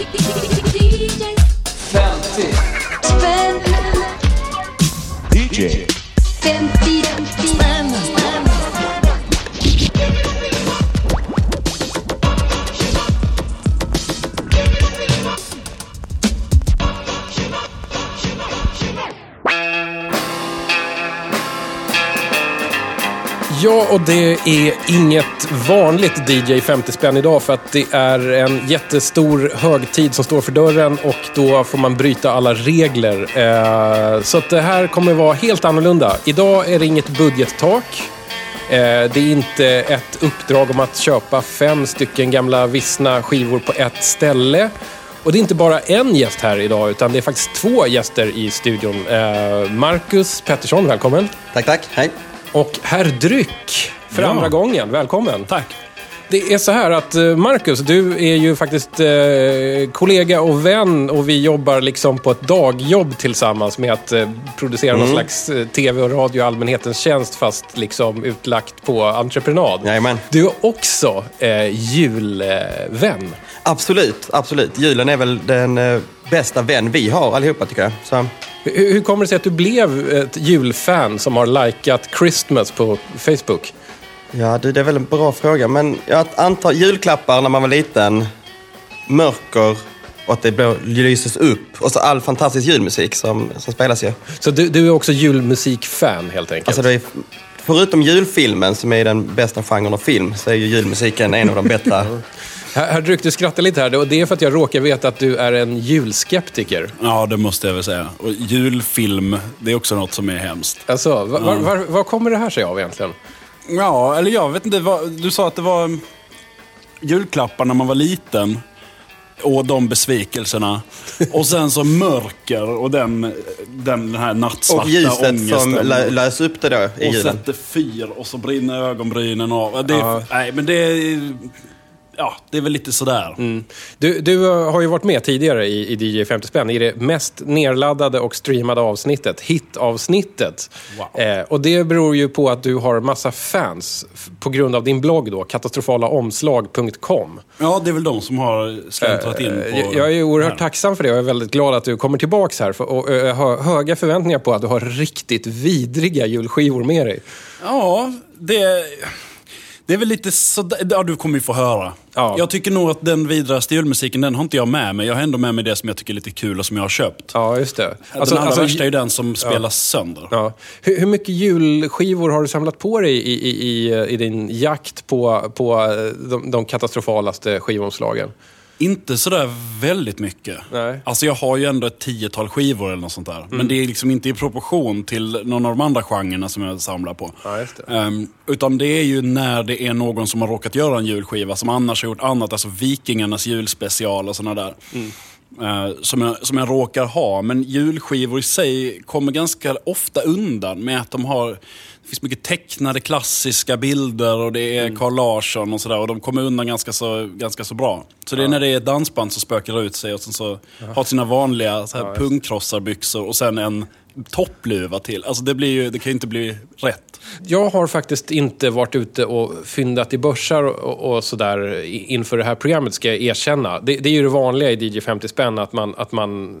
50 spänn. DJ 50 spänn. Ja, och det är inget vanligt DJ 50 spänn idag för att det är en jättestor högtid som står för dörren och då får man bryta alla regler. Så att det här kommer vara helt annorlunda. Idag är det inget budgettak. Det är inte ett uppdrag om att köpa 5 stycken gamla vissna skivor på ett ställe. Och det är inte bara en gäst här idag utan det är faktiskt 2 gäster i studion. Marcus Pettersson, välkommen. Tack, hej. Och herr Dryck för andra gången. Välkommen. Tack. Det är så här att Marcus, du är ju faktiskt kollega och vän och vi jobbar liksom på ett dagjobb tillsammans med att producera någon slags tv och radio i allmänhetens tjänst fast liksom utlagt på entreprenad. Jajamän. Du är också julvän. Absolut. Julen är väl den bästa vän vi har allihopa tycker jag. Så. Hur kommer det sig att du blev ett julfan som har likat Christmas på Facebook? Ja, det är väl en bra fråga. Men jag antar julklappar när man var liten, mörker och att det lyses upp. Och så all fantastisk julmusik som spelas ju. Så du är också julmusikfan helt enkelt? Alltså det är, förutom julfilmen som är den bästa genren av film så är ju julmusiken en av de bättre. Herr Dryck, du skrattar lite här och det är för att jag råkar veta att du är en julskeptiker. Ja, det måste jag väl säga. Och julfilm, det är också något som är hemskt. Alltså, vad kommer det här sig av egentligen? Ja, eller jag vet inte. Du sa att det var julklappar när man var liten och de besvikelserna. Och sen så mörker och den här nattsvarta och ljuset ångesten. som löser upp det då i och julen. sätter fyr och så brinner ögonbrynen av. Nej, men det är... Ja, det är väl lite sådär. Mm. Du har ju varit med tidigare i DJ 50 spänn i det mest nerladdade och streamade avsnittet, hitavsnittet. Wow. Och det beror ju på att du har massa fans på grund av din blogg då, katastrofalaomslag.com. Ja, det är väl de som har släntrat in på... Jag är oerhört tacksam för det och jag är väldigt glad att du kommer tillbaks här och jag har höga förväntningar på att du har riktigt vidriga julskivor med dig. Ja, det är väl lite så... Ja, du kommer ju få höra. Ja. Jag tycker nog att den vidraste julmusiken, den har inte jag med mig. Jag har ändå med mig det som jag tycker är lite kul och som jag har köpt. Ja, just det. Den allra värsta är ju den som spelas sönder. Ja. Hur mycket julskivor har du samlat på dig i din jakt på de katastrofalaste skivomslagen? Inte sådär väldigt mycket. Nej. Alltså jag har ju ändå ett 10-tal skivor eller något sånt där. Men det är liksom inte i proportion till någon av de andra genrerna som jag samlar på. Ja, just det. Utan det är ju när det är någon som har råkat göra en julskiva som annars har gjort annat. Alltså Vikingarnas julspecial och såna där. Som jag råkar ha. Men julskivor i sig kommer ganska ofta undan med att det finns mycket tecknade klassiska bilder och det är Carl Larsson och sådär och de kommer undan ganska så bra. Så det är när det är ett dansband som spökar ut sig och sen så har sina vanliga så här pungkrossarbyxor och sen en toppluva till. Alltså det kan ju inte bli rätt. Jag har faktiskt inte varit ute och fyndat i börsar och sådär inför det här programmet, ska jag erkänna. Det är ju det vanliga i DJ 50 spänn att man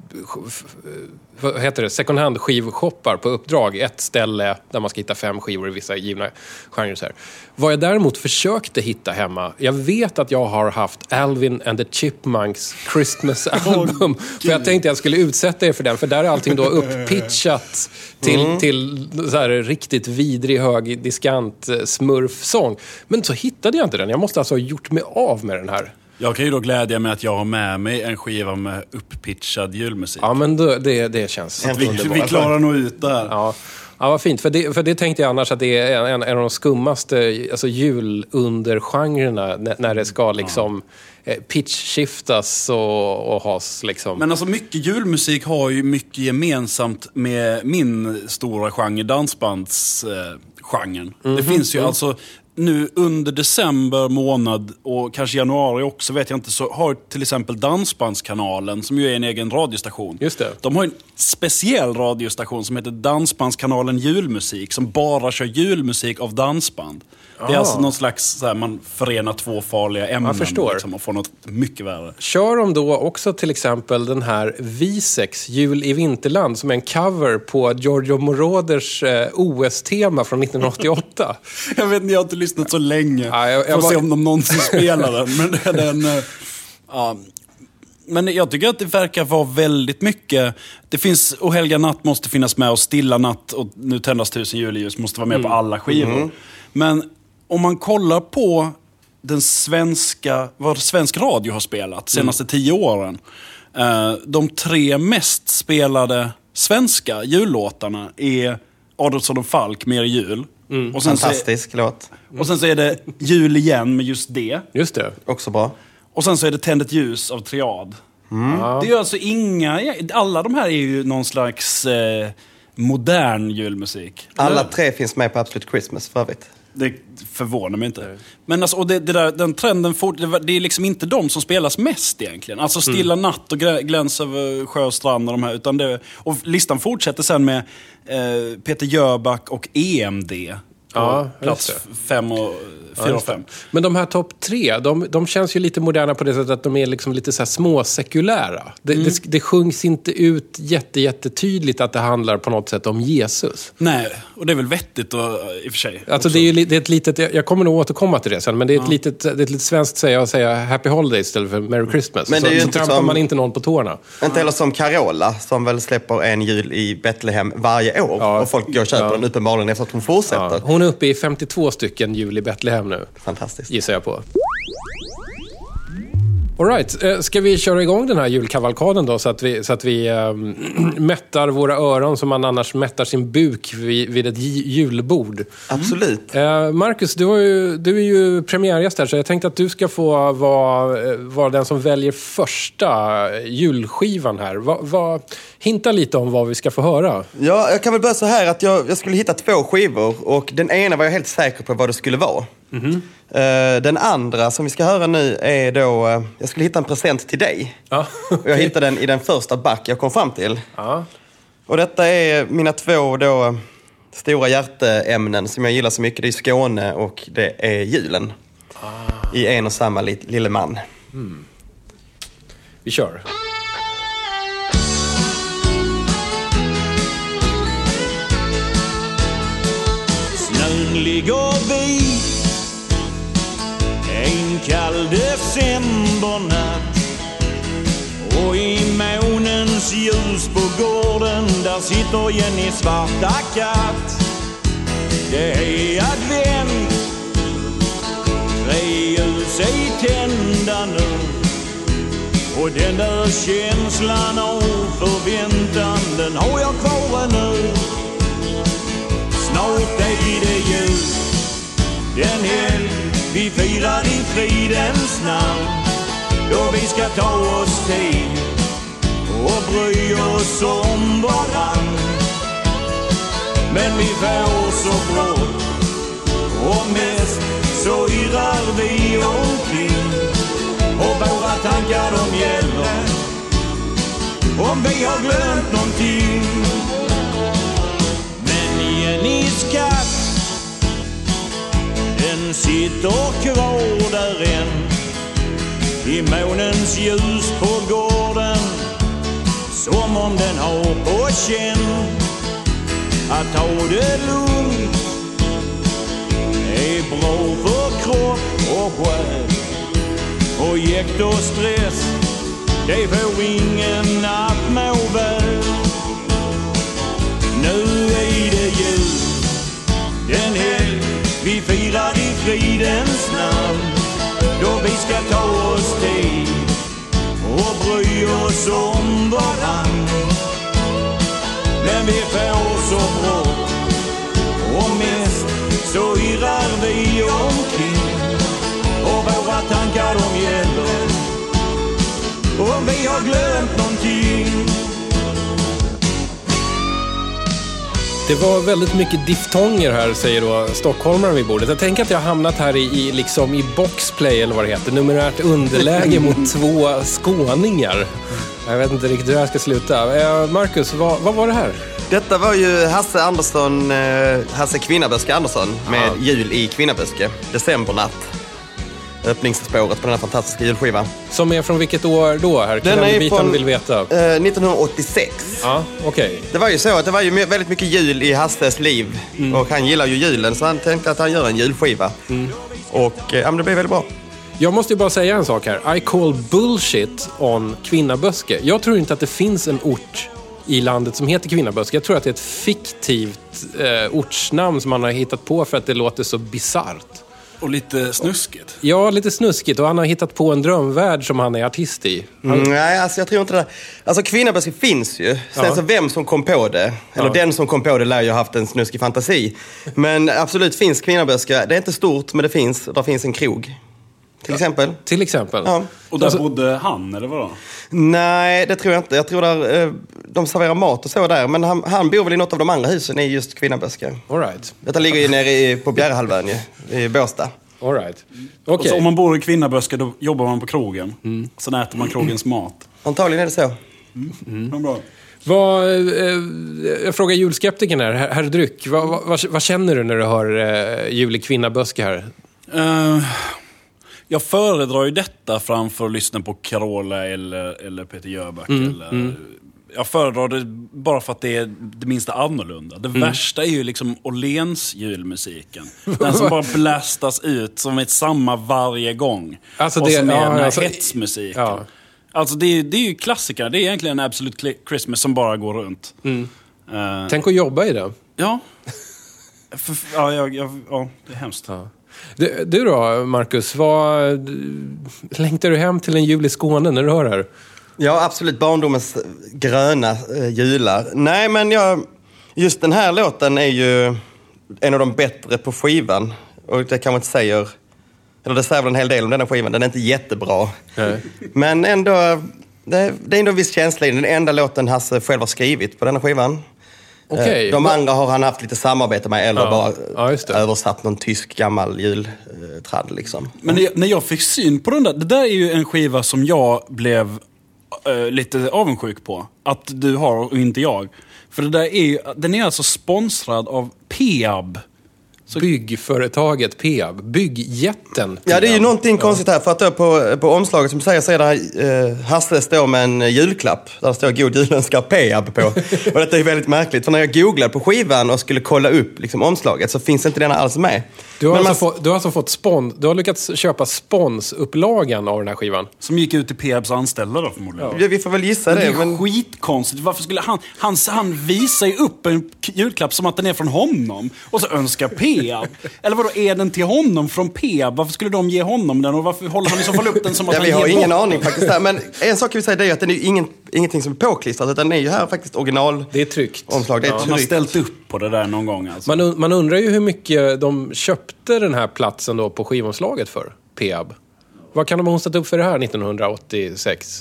vad heter det, second hand skivshoppar på uppdrag, ett ställe där man ska hitta 5 skivor i vissa givna genrer så här. Vad jag däremot försökte hitta hemma, jag vet att jag har haft Alvin and the Chipmunks Christmas album, för jag tänkte jag skulle utsätta er för den, för där är allting då upppitchat till så här riktigt vidrig hög diskant smurfsång, men så hittade jag inte den. Jag måste alltså ha gjort mig av med den här. Jag kan ju då glädja mig att jag har med mig en skiva med upppitchad julmusik. Ja, men det känns vi klarar nog ut där. Ja, vad fint. För det tänkte jag annars att det är en av de skummaste alltså julundergenrerna när det ska liksom pitchskiftas och has liksom. Men alltså mycket julmusik har ju mycket gemensamt med min stora genre, dansbandsgenren. Det finns ju alltså... Nu under december månad och kanske januari också, vet jag inte, så har till exempel Dansbandskanalen, som ju är en egen radiostation. Just det. De har en speciell radiostation som heter Dansbandskanalen Julmusik, som bara kör julmusik av dansband. Det är alltså någon slags, så här, man förenar två farliga ämnen. Jag förstår. Liksom, och får något mycket värre. Kör de då också till exempel den här Visex, Jul i Vinterland, som är en cover på Giorgio Moroders OS-tema från 1988? Jag vet inte, jag har inte lyssnat så länge. Jag får se om de någonsin spelar den. Men Men jag tycker att det verkar vara väldigt mycket. Det finns Och helga natt måste finnas med, och Stilla natt och Nu tändas 1000 juleljus måste vara med på alla skivor. Men om man kollar på vad svensk radio har spelat de senaste 10 åren. De 3 mest spelade svenska jullåtarna är Adolfsson och Falk, Mer jul. Och sen fantastisk låt. Och sen så är det Jul igen med just det. Just det. Också bra. Och sen så är det Tänd ett ljus av Triad. Det är ju alltså alla de här är ju någon slags modern julmusik. Alla 3 finns med på Absolute Christmas för övrigt. Det förvånar mig inte. Men alltså, och den trenden det är liksom inte de som spelas mest egentligen. Alltså Stilla natt och Gläns över sjö och strand och de här, utan och listan fortsätter sen med Peter Jöback och EMD. Ja, plats 5 och 4 och 5. Men de här topp 3, de känns ju lite moderna på det sättet att de är liksom lite så här småsekulära. Det sjungs inte ut jättetydligt att det handlar på något sätt om Jesus. Nej, och det är väl vettigt i och för sig. Alltså det är ett litet, jag kommer nog återkomma till det sen, men det är ett litet svenskt att säga Happy Holidays istället för Merry Christmas. Men det är ju så inte trampar man inte någon på tårna. Inte heller som Carola, som väl släpper en jul i Betlehem varje år. Och folk går och köper den uppenbarligen efter att hon fortsätter. Ja. Hon är uppe i 52 stycken jul i Betlehem nu. Fantastiskt. Gissar jag på. All right. Ska vi köra igång den här julkavalkaden då, så att vi mättar våra öron som man annars mättar sin buk vid ett julbord? Absolut. Marcus, du är ju premiärgäst här, så jag tänkte att du ska få vara den som väljer första julskivan här. Hinta lite om vad vi ska få höra. Ja, jag kan väl börja så här att jag skulle hitta 2 skivor, och den ena var jag helt säker på vad det skulle vara. Den andra som vi ska höra nu är då, jag skulle hitta en present till dig. Och jag hittade den i den första back jag kom fram till. Och detta är mina 2 då stora hjärteämnen som jag gillar så mycket. Det är Skåne och det är julen. I en och samma lille man. Vi kör. Snön ligger vid en kall decembernatt, och i månens ljus på gården där sitter Jenny svarta katt. Det är advent, 3 ljus är tända nu, och den där känslan av förväntan, den har jag kvar ännu. Snart är det jul, den helg vi firar i fridens namn, då vi ska ta oss tid och bry oss om varann. Men vi får så brått, och mest så irrar vi omkring, och våra tankar de gäller om vi har glömt någonting. Men Jennys katt, den sitter kvar där än, i månens ljus på gården, som om den har på känn att ta det lugnt är bra för kropp och själ, och jäkt och stress, det får ingen att må väl. Nu är det jul, den helg vi firar i fridens namn, då vi ska ta oss tid och bry oss om varann. Men vi får så brått, och mest så irrar vi omkring, och våra tankar de gäller om vi har glömt någonting. Det var väldigt mycket diftonger här, säger då stockholmaren vid bordet. Jag tänker att jag har hamnat här i boxplay eller vad det heter. Numerärt underläge mot 2 skåningar. Jag vet inte riktigt hur det här ska sluta. Marcus, vad var det här? Detta var ju Hasse Kvinnaböske Andersson med Jul i Kvinnaböske. Decembernatt. Öppningsspåret på den här fantastiska julskivan. Som är från vilket år då här? Den är från vill veta. 1986. Ja, okej. Det var ju så att det var ju väldigt mycket jul i Hasses liv. Och han gillar ju julen, så han tänkte att han gör en julskiva. Och men det blev väldigt bra. Jag måste ju bara säga en sak här. I call bullshit on Kvinnaböske. Jag tror inte att det finns en ort i landet som heter Kvinnaböske. Jag tror att det är ett fiktivt ortsnamn som man har hittat på för att det låter så bizarrt. Och lite snuskigt. Ja, lite snuskigt. Och han har hittat på en drömvärld som han är artist i. Nej, alltså jag tror inte det. Alltså Kvinnaböske finns ju. Sen så vem som kom på det, eller den som kom på det lär ju ha haft en snuskig fantasi. Men absolut finns Kvinnaböske. Det är inte stort, men det finns. Där finns en krog. Till exempel. Till exempel. Ja. Och där bodde han, eller vadå? Nej, det tror jag inte. Jag tror där de serverar mat och så där. Men han bor väl i något av de andra husen i just Kvinnaböske. All right. Detta ligger ju nere på Bjärehalvön i Båstad. All right. Och så om man bor i Kvinnaböske, då jobbar man på krogen. Sen äter man krogens mat. Antagligen är det så. Bra. Jag frågar julskeptiken här. Herr Dryck, vad känner du när du hör Jul i Kvinnaböske här? Jag föredrar ju detta framför att lyssna på Carola eller Peter Jöback. Jag föredrar det bara för att det är det minsta annorlunda. Det värsta är ju liksom Åhléns julmusiken. Den som bara blastas ut som ett samma varje gång. Alltså och som är den här alltså, hetsmusiken. Ja. Alltså det är ju klassiker. Det är egentligen en Absolute Christmas som bara går runt. Tänk att jobba i det. Ja. Ja, det är hemskt. Ja. Du då, Marcus, längtar du hem till en jul i Skåne när du hör det här? Ja, absolut. Barndomens gröna jular. Nej, men just den här låten är ju en av de bättre på skivan. Och det kan man inte säga... Eller det säger väl en hel del om den här skivan. Den är inte jättebra. Nej. Men ändå... Det är ändå en viss känsla i den. Den enda låten Hasse själv har skrivit på den här skivan. Okay. De andra har han haft lite samarbete med eller bara översatt någon tysk gammal jultrad liksom. Men när jag fick syn på den där, det där är ju en skiva som jag blev lite avundsjuk på. Att du har och inte jag. För det där den är alltså sponsrad av Peab. Byggföretaget Peab. Byggjätten Peab. Ja, det är ju någonting konstigt här. För att då på omslaget som säger så är det Hasse står med en julklapp. Där står God julönskar Peab på. Och detta är väldigt märkligt. För när jag googlade på skivan och skulle kolla upp liksom, omslaget så finns inte den alls med. Du har alltså fått du har lyckats köpa sponsupplagan av den här skivan. Som gick ut till Peabs anställda då förmodligen. Ja, vi får väl gissa det. Det är skitkonstigt. Varför skulle han visar ju upp en julklapp som att den är från honom. Och så önskar Peab. Eller vadå, är den till honom från Peab? Varför skulle de ge honom den? Och varför håller han i så fall upp den som att han vi har ingen bort? aning faktiskt där. Men en sak kan vi säga är att den är ingenting som är påklistrat. Utan den är ju här faktiskt original. Det är tryckt. Omslag. Det är Han har ställt upp på det där någon gång alltså. Man undrar ju hur mycket de köpte den här platsen då på skivomslaget för Peab. Vad kan de ha hostat upp för det här 1986?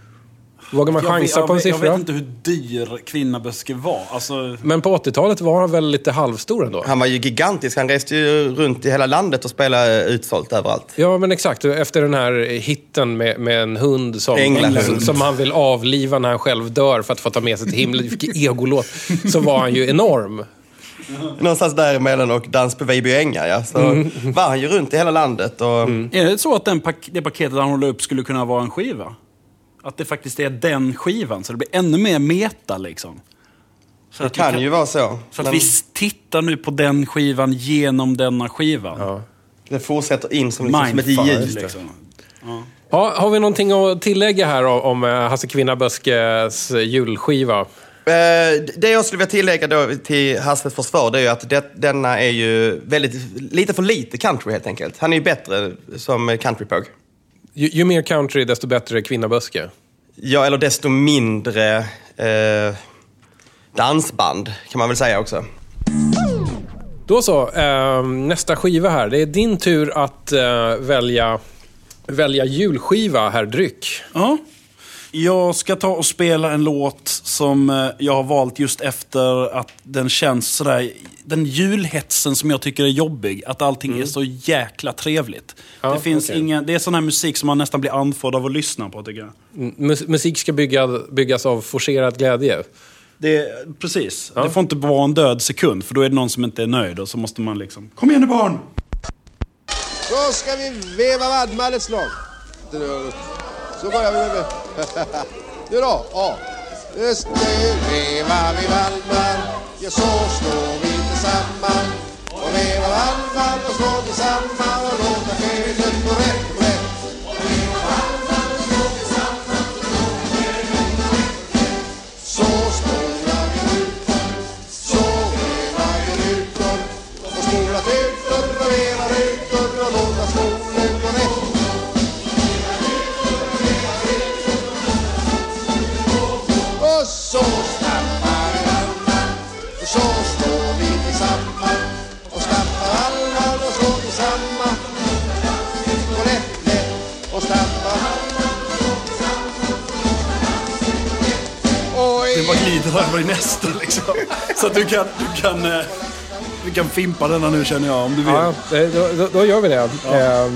Vågar man chansa på en siffra? Jag vet inte hur dyr Kvinnaböske var. Alltså... Men på 80-talet var han väl lite halvstor ändå? Han var ju gigantisk. Han reste ju runt i hela landet och spelade utsålt överallt. Ja, men exakt. Efter den här hitten med en hund som han vill avliva när han själv dör för att få ta med sig till himlen. Vilken egolåt. Så var han ju enorm. Någonstans däremellan och dans på Vejby Ängar, ja. Så var han ju runt i hela landet. Och... Är det så att det paketet han håller upp skulle kunna vara en skiva? Att det faktiskt är den skivan, så det blir ännu mer meta liksom. Så det kan ju vara så. Så att vi tittar nu på den skivan genom denna skivan. Ja. Det fortsätter in som ett ljud. Liksom. Ja, har vi någonting att tillägga här om Hasse Kvinnaböskes julskiva? Det jag skulle vilja tillägga då till Hasses försvar, det är ju att denna är ju lite för lite country helt enkelt. Han är ju bättre som countrypåg. Ju mer country, desto bättre Kvinnaböske. Ja, eller desto mindre dansband kan man väl säga också. Då så, nästa skiva här. Det är din tur att välja julskiva, herr Dryck. Ja. Jag ska ta och spela en låt som jag har valt just efter att den känns sådär, den julhetsen som jag tycker är jobbig, att allting är så jäkla trevligt. Ja, det finns det är sån här musik som man nästan blir andfådd av att lyssna på, tycker jag. Musik ska byggas av forcerad glädje. Precis. Ja. Det får inte vara en död sekund, för då är det någon som inte är nöjd och så måste man liksom, kom igen nu barn! Då ska vi veva vadmal ett slag. Så börjar vi med. Nu då, ja. Just det, veva vi vadmal. Ja, så slår vi tillsammans. Och veva vadmal och slår tillsammans. Och låta felen gå rätt. Veva vadmal och slår tillsammans. Så spolar vi ut. Så vevar vi ut. Och spolar ut och vevar ut. Och låta spolen gå rätt. Och så stampar vi vallan. Och så slår vi tillsammans. Och stampar vallan och slår tillsammans. Och lätt och stampar. Det bara glider över i nästa liksom. Så att du kan fimpa denna nu, känner jag, om du vill. Ja, då gör vi det. Ja.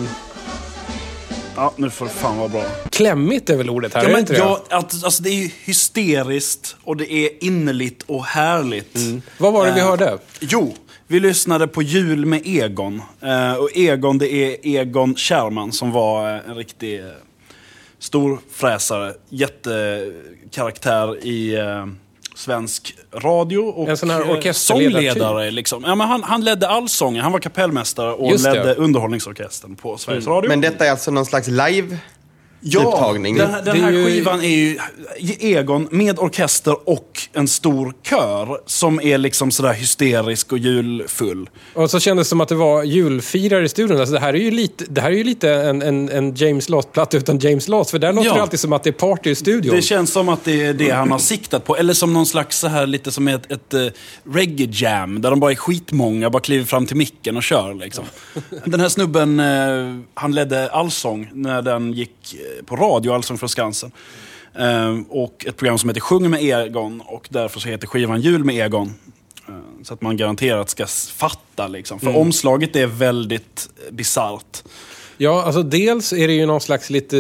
Ja, nu får det fan vara bra. Klämmigt är väl ordet här, Ja, är men inte det? alltså det är ju hysteriskt och det är innerligt och härligt. Vad var det vi hörde? Jo, vi lyssnade på Jul med Egon. Och Egon, det är Egon Kärrman som var en riktig storfräsare. Jättekaraktär i svensk radio och en sån här orkesterledare liksom. Ja, men han ledde allsången, han var kapellmästare och Just ledde det. underhållningsorkestern på Sveriges Radio. Men detta är alltså någon slags live-upptagning? Den här skivan är ju Egon med orkester och en stor kör som är liksom sådär hysterisk och julfull. Och så kändes det som att det var julfirare i studion. Alltså det här är ju lite en James Last-platta utan James Last. För där låter det alltid som att det är party i studion. Det känns som att det är det han har siktat på. Eller som någon slags så här, lite som ett reggae jam. Där de bara är skitmånga, bara kliver fram till micken och kör liksom. Den här snubben, han ledde allsång när den gick på radio, Allsång från Skansen. Och ett program som heter Sjunger med Egon. Och därför så heter skivan Jul med Egon. Så att man garanterat ska fatta liksom. För omslaget är väldigt bizarrt. Ja, alltså dels är det ju någon slags lite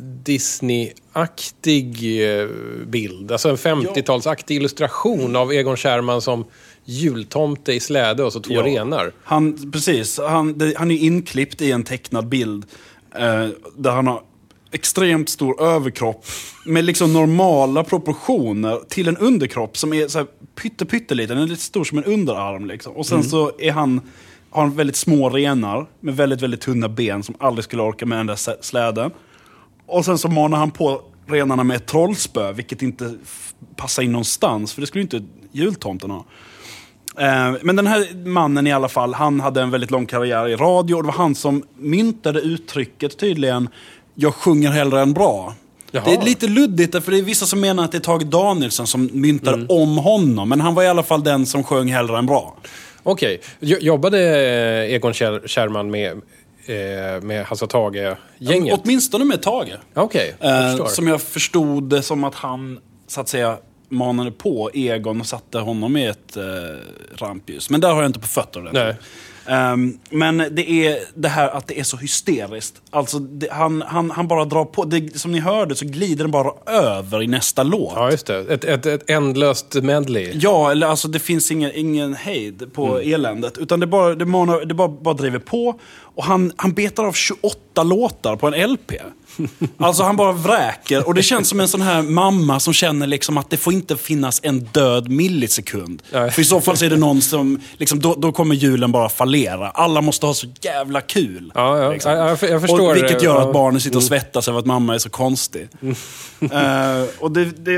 Disney-aktig bild. Alltså en 50-talsaktig illustration av Egon Kärrman som jultomte i släde och så två renar. Precis, han är inklippt i en tecknad bild där han har extremt stor överkropp med liksom normala proportioner till en underkropp som är så här pytteliten, den är lite stor som en underarm liksom. Och sen så har han väldigt små renar med väldigt, väldigt tunna ben som aldrig skulle orka med den där släden. Och sen så manar han på renarna med ett trollspö, vilket inte passar in någonstans, för det skulle ju inte jultomten ha. Men den här mannen i alla fall, han hade en väldigt lång karriär i radio och det var han som myntade uttrycket tydligen, jag sjunger hellre än bra. Jaha. Det är lite luddigt, för det är vissa som menar att det är Tage Danielsson som myntade om honom, men han var i alla fall den som sjöng hellre än bra. Okej. Jobbade Egon Kärrman med Hasse Tage-gänget? Åtminstone med Tage. Okej, som jag förstod det som att han, så att säga, manade på Egon och satte honom i ett rampljus. Men där har jag inte på fötter. Nej. Men det är det här att det är så hysteriskt. Alltså han bara drar på det, som ni hörde så glider den bara över i nästa låt. Ja, just det. Ett ändlöst medley. Ja, eller alltså det finns ingen hejd på eländet, utan det bara driver på. Och han betar av 28 låtar på en LP. Alltså han bara vräker. Och det känns som en sån här mamma som känner liksom att det får inte finnas en död millisekund. Nej. För i så fall så är det någon som liksom, då kommer julen bara fallera. Alla måste ha så jävla kul. Ja. Liksom. Jag förstår. Och vilket gör att barnen sitter och svettas över att mamma är så konstig. Och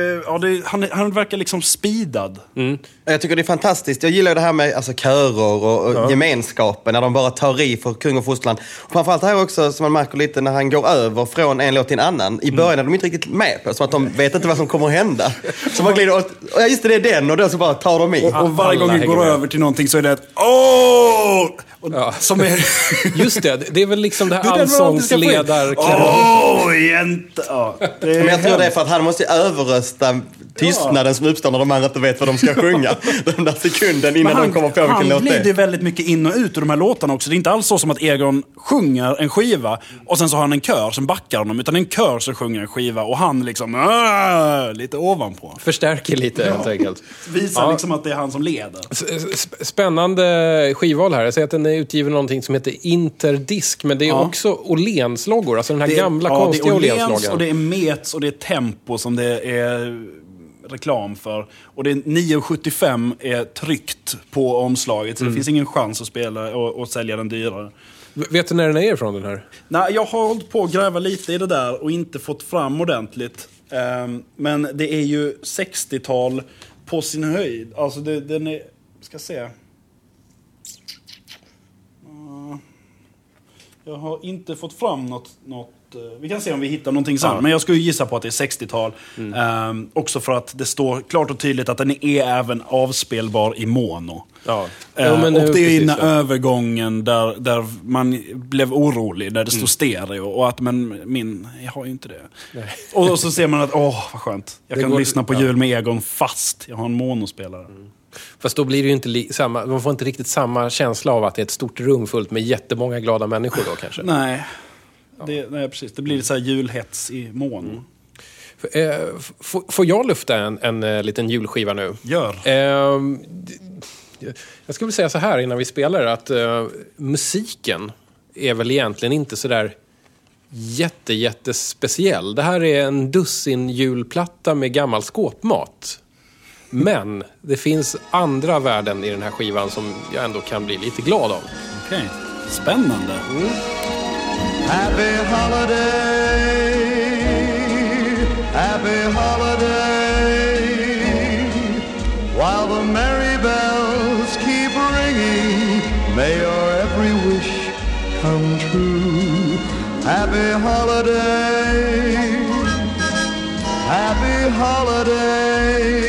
han verkar liksom speedad. Jag tycker det är fantastiskt. Jag gillar det här med alltså, körer och gemenskapen när de bara tar i för kung och fosterland. Framförallt här också, som man märker lite när han går över från en låt till en annan. I början är de inte riktigt med på, så att de vet inte vad som kommer att hända. Så man glider och just det är den, och då så bara tar de i. Och varje gång vi går över till någonting så är det ett åh! Som är... Just det är väl liksom det här allsångsledar... Jänta! Ja, Men jag tror det är för att han måste överrösta tystnaden som uppstår när de andra inte vet vad de ska sjunga. Den där sekunden innan de kommer på vilken låt det är. Han glider väldigt mycket in och ut ur de här låtarna också. Det är inte alls så som att Egon sjunger en skiva och sen så har han en kör som backar honom. Utan en kör som sjunger en skiva och han liksom lite ovanpå. Förstärker lite helt enkelt. Visar liksom att det är han som leder. Spännande skivval här. Jag säger att den är utgiven någonting som heter Interdisk. Men det är också Åhléns-loggor. Alltså den här gamla konstiga Åhléns-loggan. Och det är Mets och det är Tempo som det är reklam för. Och det är 9,75 är tryckt på omslaget. Så det finns ingen chans att spela och sälja den dyrare. Vet du när den är ifrån den här? Nej, jag har hållit på att gräva lite i det där och inte fått fram ordentligt. Men det är ju 60-tal på sin höjd. Alltså den är... Ska se. Jag har inte fått fram något. Vi kan se om vi hittar någonting sen. Men jag skulle gissa på att det är 60-tal. Också för att det står klart och tydligt att den är även avspelbar i mono. Ja. Och det är i den övergången där man blev orolig. Där det stod stereo. Och att jag har ju inte det. Nej. Och så ser man att, vad skönt. Jag kan lyssna på jul med Egon fast jag har en monospelare. Fast då blir det ju inte samma, man får inte riktigt samma känsla av att det är ett stort rum fullt med jättemånga glada människor då kanske. Nej. Nej, precis. Det blir så här julhets i mono. Får jag lufta en liten julskiva nu? Gör. Jag skulle säga så här innan vi spelar att musiken är väl egentligen inte så där jättespeciell. Det här är en dussin julplatta med gammal skåpmat. Men det finns andra värden i den här skivan som jag ändå kan bli lite glad av. Okej. Spännande. Happy holiday, happy holiday, while the merry bells keep ringing, may your every wish come true. Happy holiday, happy holiday,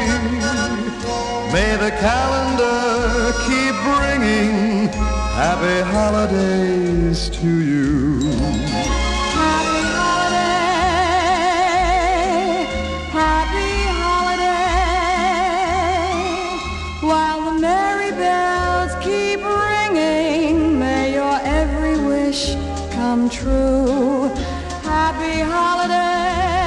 may the calendar keep bringing happy holidays to you. Happy holiday, happy holiday, while the merry bells keep ringing, may your every wish come true. Happy holiday,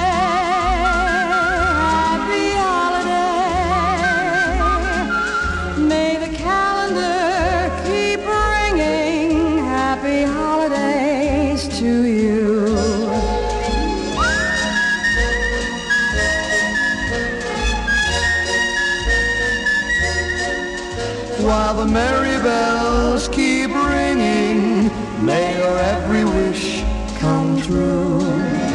happy holiday, may the calendar keep bringing happy holidays to you. While the merry bells keep ringing, may your every wish come true.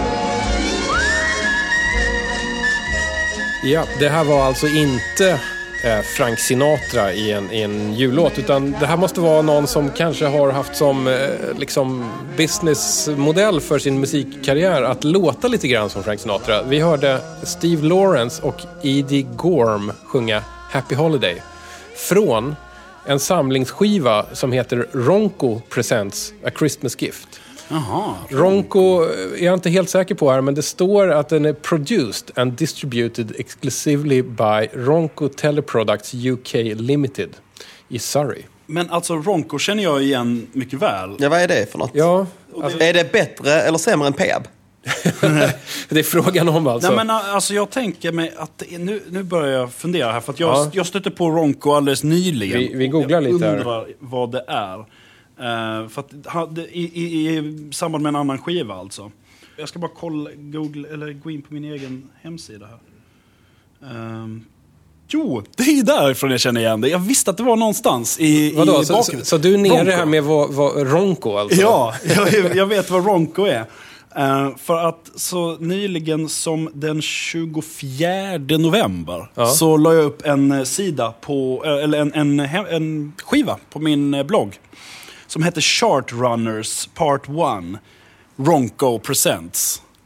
Ja, det här var alltså inte Frank Sinatra i en jullåt, utan det här måste vara någon som kanske har haft som liksom businessmodell för sin musikkarriär att låta lite grann som Frank Sinatra. Vi hörde Steve Lawrence och Eddie Gorm sjunga Happy Holiday från en samlingsskiva som heter Ronco Presents A Christmas Gift. Jaha. Ronco är jag inte helt säker på här, men det står att den är produced and distributed exclusively by Ronco Teleproducts UK Limited i Surrey. Men alltså Ronco känner jag igen mycket väl. Ja, vad är det för något? Ja, alltså, är det bättre eller sämre än Peab? Det är frågan om alltså. Nej, men alltså jag tänker mig att nu börjar jag fundera här för att jag stötte på Ronco alldeles nyligen. Vi googlar lite här. Jag undrar vad det är. För att i samband med en annan skiva alltså. Jag ska bara gå in på min egen hemsida här. Jo, det är därifrån jag känner igen det. Jag visste att det var någonstans i bakhuvudet. Så du är nere Ronco här med vad Ronco alltså? Ja, jag vet vad Ronco är. För att så nyligen som den 24 november så la jag upp en sida på eller en skiva på min blogg som heter Chart Runners Part 1 Ronco Presents.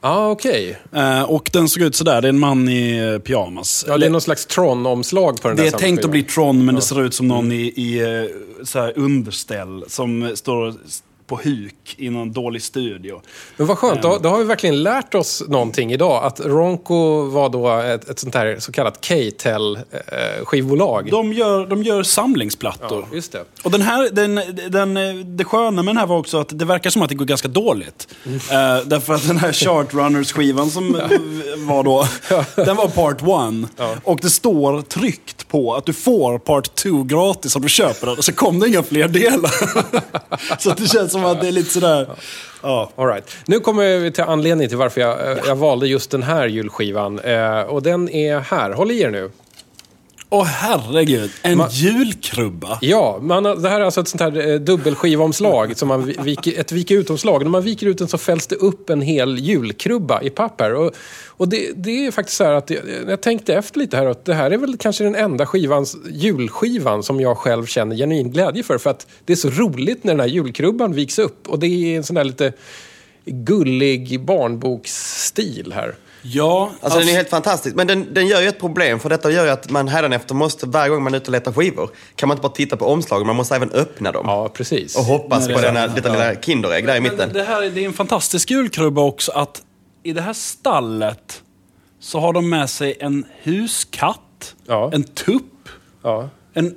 Okej. Och den såg ut sådär, det är en man i pyjamas. Ja, det är någon slags Tron-omslag på den där. Det är tänkt att bli Tron, men det ser ut som någon i så här underställ som står på huk i någon dålig studio. Men vad skönt, då har vi verkligen lärt oss någonting idag. Att Ronco var då ett sånt här så kallat K-Tel-skivbolag. De gör samlingsplattor. Ja, just det. Och den här, det sköna med den här var också att det verkar som att det går ganska dåligt. Därför att den här Chartrunners-skivan som var då, den var part 1. Ja. Och det står tryckt på att du får part 2 gratis om du köper den. Och så kom det inga fler delar. Så att det känns som att det är lite sådär. Ja. All right. Nu kommer vi till anledningen till varför jag valde just den här julskivan. Och den är här. Håll i er nu. Åh herregud, julkrubba. Ja, det här är alltså ett sånt här dubbelskivomslag som man ett vika ut-omslag. När man viker ut den så fälls det upp en hel julkrubba i papper. Och det är faktiskt så här att jag tänkte efter lite här att det här är väl kanske den enda julskivan som jag själv känner genuin glädje för att det är så roligt när den här julkrubban viks upp. Och det är en sån där lite gullig barnboksstil här. Ja, alltså den är helt fantastisk. Men den gör ju ett problem, för detta gör ju att man hädanefter måste, varje gång man är ute och letar skivor, kan man inte bara titta på omslagen, man måste även öppna dem. Ja, precis. Och hoppas på detta lilla kinderägg där i mitten. Det är en fantastisk julkrubba också, att i det här stallet så har de med sig en huskatt, en tupp, en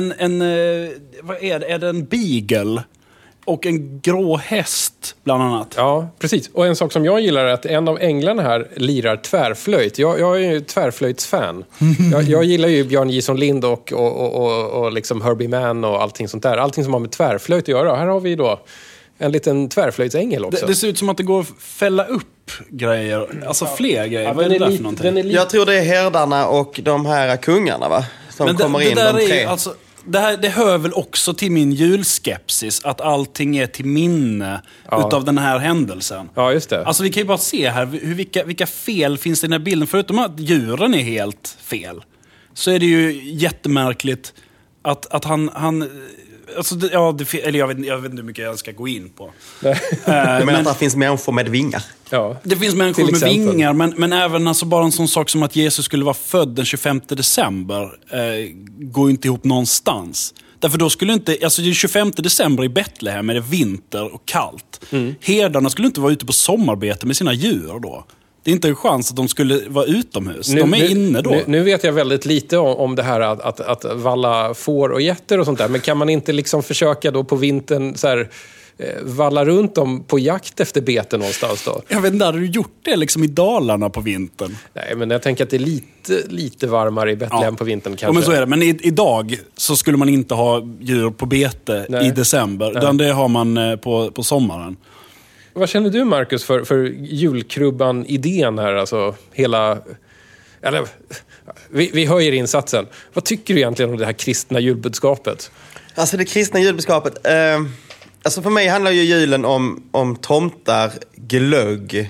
vad är det? Är det en beagle? Och en grå häst, bland annat. Ja, precis. Och en sak som jag gillar är att en av änglarna här lirar tvärflöjt. Jag är ju tvärflöjtsfan. jag gillar ju Björn Jison Lind och liksom Herbie Mann och allting sånt där. Allting som har med tvärflöjt att göra. Här har vi då en liten tvärflöjtsängel också. Det ser ut som att det går att fälla upp grejer. Alltså fler grejer. Ja, vad är det där för någonting? Jag tror det är herdarna och de här kungarna, va? Som kommer in, de tre. Alltså, det hör väl också till min julskepsis att allting är till minne utav den här händelsen. Ja, just det. Alltså vi kan ju bara se här vilka fel finns det i den här bilden. Förutom att djuren är helt fel, så är det ju jättemärkligt att han alltså, jag vet inte hur mycket jag ska gå in på. Men att det finns människor med vingar. Ja. Det finns människor med vingar, men även alltså bara en sån sak som att Jesus skulle vara född den 25 december går inte ihop någonstans. Därför då skulle inte, alltså det är 25 december i Betlehem, är det vinter och kallt. Herdarna skulle inte vara ute på sommarbete med sina djur då. Det är inte en chans att de skulle vara utomhus. De är inne då. Nu vet jag väldigt lite om det här att valla får och getter och sånt där. Men kan man inte liksom försöka då på vintern så här, valla runt dem på jakt efter bete någonstans då? Jag vet inte, har du gjort det liksom i Dalarna på vintern? Nej, men jag tänker att det är lite varmare i Betlehem på vintern kanske. Ja, men så är det. Men idag så skulle man inte ha djur på bete i december. Utan det har man på sommaren. Vad känner du, Marcus, för julkrubban-idén här? Alltså hela... Eller, vi höjer insatsen. Vad tycker du egentligen om det här kristna julbudskapet? Alltså det kristna julbudskapet... alltså för mig handlar ju julen om tomtar, glögg,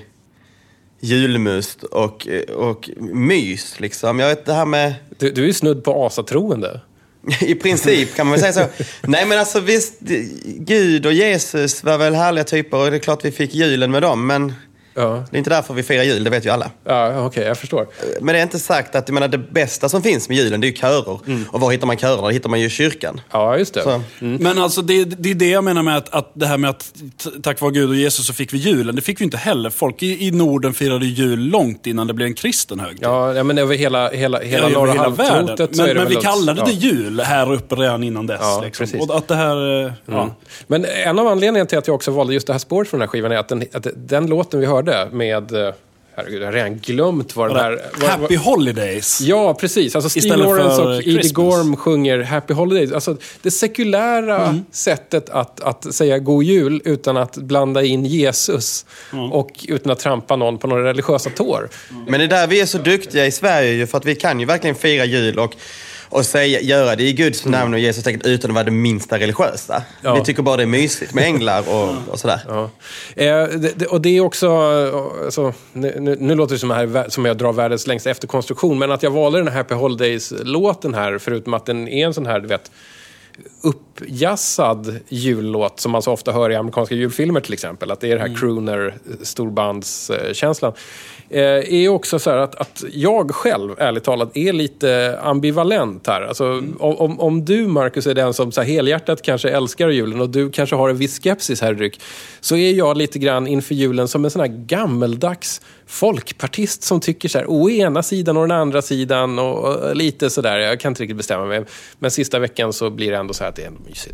julmust och mys, liksom. Jag vet det här med... Du är ju snudd på asatroende. I princip kan man väl säga så. Nej, men alltså visst, Gud och Jesus var väl härliga typer, och det är klart vi fick julen med dem, men det är inte därför vi firar jul, det vet ju alla. Ja, okej, jag förstår. Men det är inte sagt att, jag menar, det bästa som finns med julen, det är ju körer. Och var hittar man körer? Det hittar man ju i kyrkan. Ja, just det. Men alltså det är det jag menar med att det här med att tack vare Gud och Jesus så fick vi julen. Det fick vi inte heller. Folk i Norden firade jul långt innan det blev en kristen högtid. Ja, men över hela norra halvklotet så är det men vi kallade det jul här uppe redan innan dess. Ja, liksom. Och att det här... Men en av anledningarna till att jag också valde just det här spåret från den här skivan är att den låten vi hörde med... Herregud, jag har redan glömt vad den här... Happy Holidays. Ja, precis. Alltså Steve Lawrence och Edie Gorm sjunger Happy Holidays. Alltså det sekulära sättet att säga god jul utan att blanda in Jesus och utan att trampa någon på några religiösa tår. Men det är där vi är så duktiga i Sverige, för att vi kan ju verkligen fira jul och göra det i Guds namn och Jesus tecken utan att vara det minsta religiösa. Ja. Vi tycker bara det är mysigt med änglar och sådär. Ja. Och det är också... Alltså, nu låter det som jag drar världens längsta efterkonstruktion, men att jag valde den här Happy Holidays-låten här, förutom att den är en sån här, du vet... uppjassad jullåt som man så ofta hör i amerikanska julfilmer till exempel. Att det är det här crooner, storbandskänslan. Är också så här att jag själv, ärligt talat, är lite ambivalent här. Alltså, om du, Marcus, är den som så här helhjärtat kanske älskar julen och du kanske har en viss skepsis här, Ryck, så är jag lite grann inför julen som en sån här gammeldags folkpartist som tycker så här, å ena sidan och den andra sidan och lite sådär. Jag kan inte riktigt bestämma mig. Men sista veckan så blir det ändå så här att det är ändå mysigt.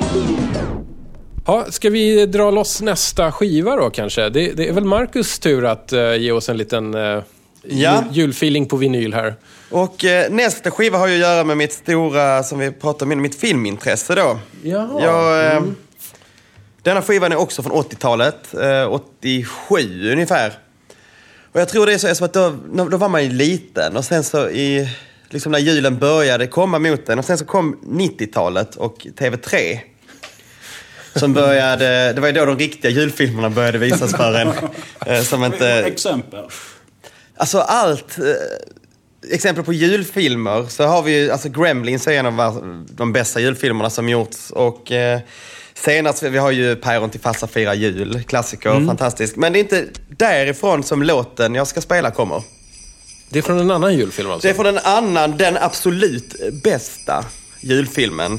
Ja, ska vi dra loss nästa skiva då kanske? Det är väl Marcus tur att ge oss en liten julfeeling på vinyl här. Och nästa skiva har ju att göra med mitt stora, som vi pratade om, mitt filmintresse då. Jaha. Denna skivan är också från 80-talet, 87 ungefär. Och jag tror det är så att då var man ju liten och sen så liksom när julen började komma mot den och sen så kom 90-talet och TV3 som började, det var ju då de riktiga julfilmerna började visas för en som inte... Exempel? Alltså allt... Exempel på julfilmer så har vi ju, alltså Gremlins är en av de bästa julfilmerna som gjorts och senast, vi har ju Päron till farsa firar jul, klassiker, fantastisk. Men det är inte därifrån som låten jag ska spela kommer. Det är från en annan julfilm alltså? Det är från den absolut bästa julfilmen.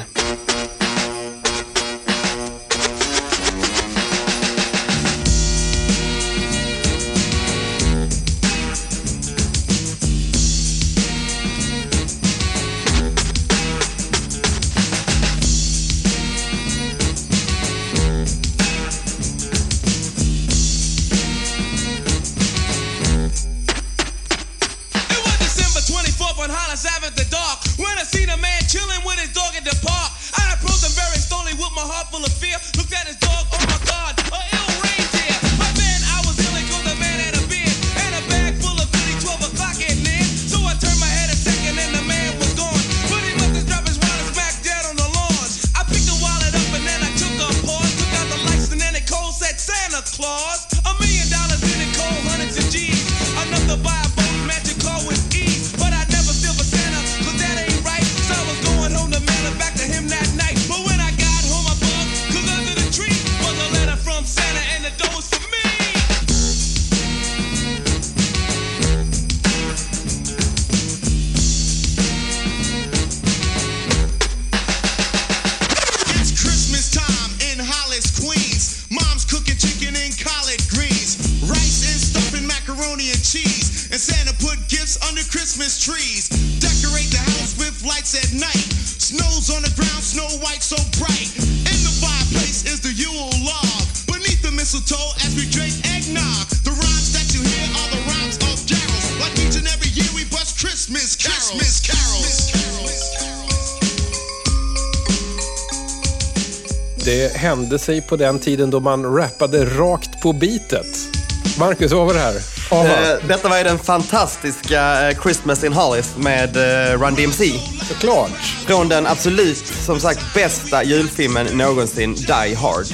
Det hände sig på den tiden då man rappade rakt på beatet. Marcus, vad var det här? Detta var ju den fantastiska Christmas in Hollis med Run DMC. Såklart. Från den absolut, som sagt, bästa julfilmen någonsin, Die Hard.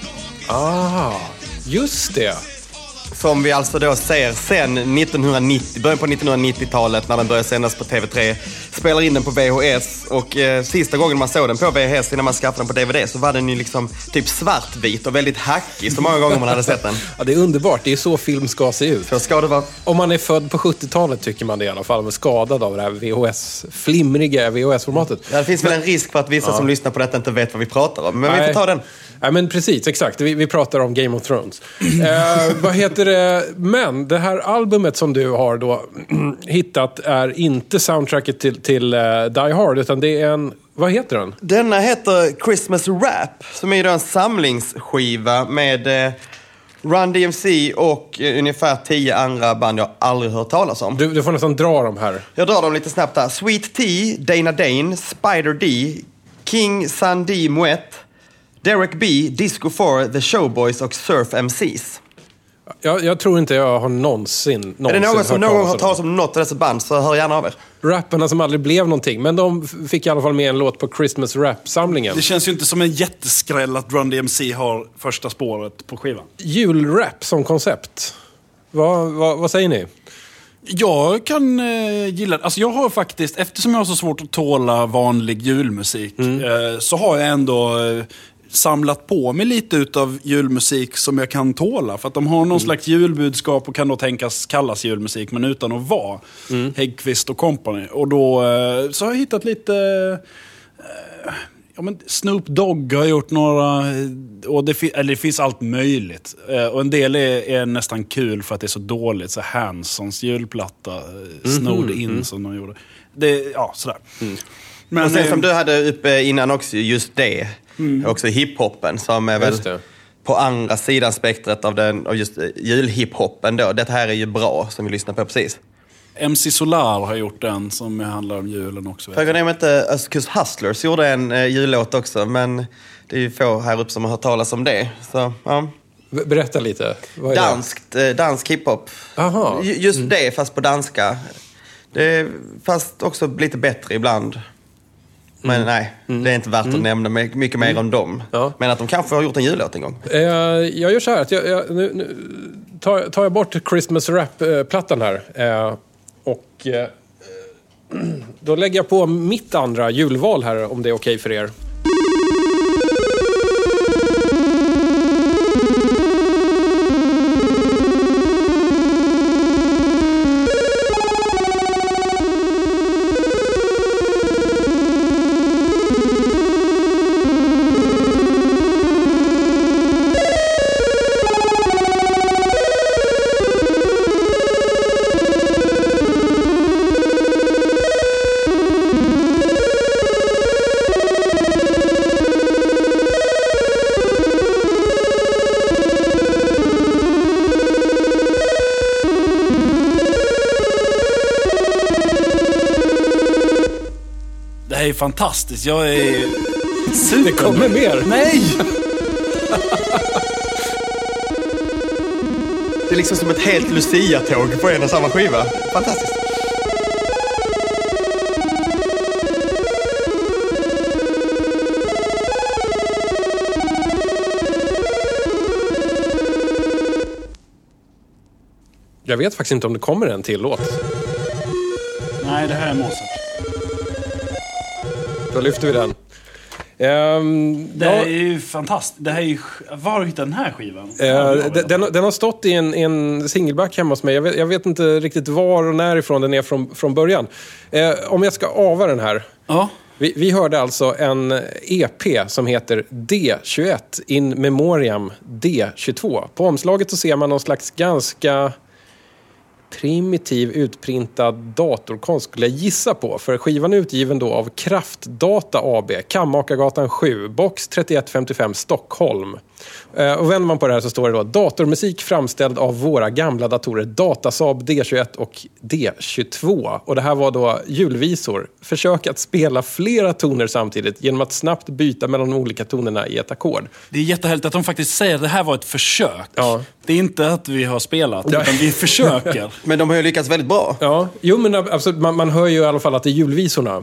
Just det. Som vi alltså då ser sen 1990, början på 1990-talet när den började sändas på TV3. Spelar in den på VHS och sista gången man såg den på VHS innan man skaffade den på DVD så var den ju liksom typ svartvit och väldigt hackig så många gånger man hade sett den. Ja, det är underbart. Det är så film ska se ut. Så ska det vara. Om man är född på 70-talet tycker man det i alla fall. Man är skadad av det här flimriga VHS-formatet. Ja, det finns väl en risk för att vissa som lyssnar på detta inte vet vad vi pratar om. Men vi får ta den. Ja, men precis, exakt. Vi pratar om Game of Thrones. Vad heter det? Men det här albumet som du har då hittat är inte soundtracket till Die Hard, utan det är en... Vad heter den? Denna heter Christmas Rap, som är då en samlingsskiva med Run DMC och ungefär 10 andra band jag aldrig hört talas om. Du får nästan dra dem här. Jag drar dem lite snabbt här. Sweet Tea, Dana Dane, Spider D, King Sandy Moet, Derek B, Disco 4, The Showboys och Surf MCs. Jag tror inte jag har någonsin är det någon som någon gång har talat om något av dessa band så hör gärna av er. Rapparna som aldrig blev någonting. Men de fick i alla fall med en låt på Christmas Rap-samlingen. Det känns ju inte som en jätteskräll att Run DMC har första spåret på skivan. Julrap som koncept. Vad säger ni? Jag kan gilla det. Alltså jag har faktiskt, eftersom jag har så svårt att tåla vanlig julmusik, så har jag ändå samlat på mig lite utav julmusik som jag kan tåla. För att de har någon slags julbudskap och kan då tänkas kallas julmusik, men utan att vara Häggkvist och company. Och då så har jag hittat lite... men Snoop Dogg har gjort några, och det finns allt möjligt. Och en del är nästan kul för att det är så dåligt. Så Hansons julplatta, Snowed In, som de gjorde. Sådär. Men och sen som du hade uppe innan också, just det. Också hiphoppen som är väl på andra sidan spektret av just julhiphoppen då. Det här är ju bra, som vi lyssnar på precis. MC Solar har gjort en som handlar om julen också. Frågan är om inte Öst Coast Hustlers gjorde en jullåt också, men det är ju få här uppe som har hört talas om det. Så, ja. Berätta lite. Vad är dansk hiphop. Aha. Just det, fast på danska. Det är fast också lite bättre ibland. Men nej, det är inte värt att nämna mycket mer om dem. Ja. Men att de kanske har gjort en jullåt en gång. Jag gör så här att nu tar jag bort Christmas Rap-plattan här. Och då lägger jag på mitt andra julval här, om det är okej för er. Det är fantastiskt. Jag är super. Det kommer mer. Nej! Det är liksom som ett helt Lucia-tåg på en och samma skiva. Fantastiskt. Jag vet faktiskt inte om det kommer en till låt. Nej, det här är Mozart. Då lyfter vi den. Det är ju fantastiskt. Det här är ju... Var har du hittat den här skivan? Den har stått i en singelback hemma hos mig. Jag vet inte riktigt var och när ifrån den är från början. Om jag ska ava den här. Ja. Vi hörde alltså en EP som heter D21 in memoriam D22. På omslaget så ser man någon slags ganska primitiv utprintad datorkonst, skulle jag gissa på. För skivan är utgiven då av Kraftdata AB, Kammakargatan 7, box 3155 Stockholm. Och vänder man på det här så står det då: datormusik framställd av våra gamla datorer Datasaab D21 och D22. Och det här var då julvisor. Försök att spela flera toner samtidigt genom att snabbt byta mellan de olika tonerna i ett ackord. Det är jättehärligt att de faktiskt säger att det här var ett försök. Ja. Det är inte att vi har spelat, utan vi försöker. Men de har ju lyckats väldigt bra. Ja, jo, men absolut, man hör ju i alla fall att det är julvisorna.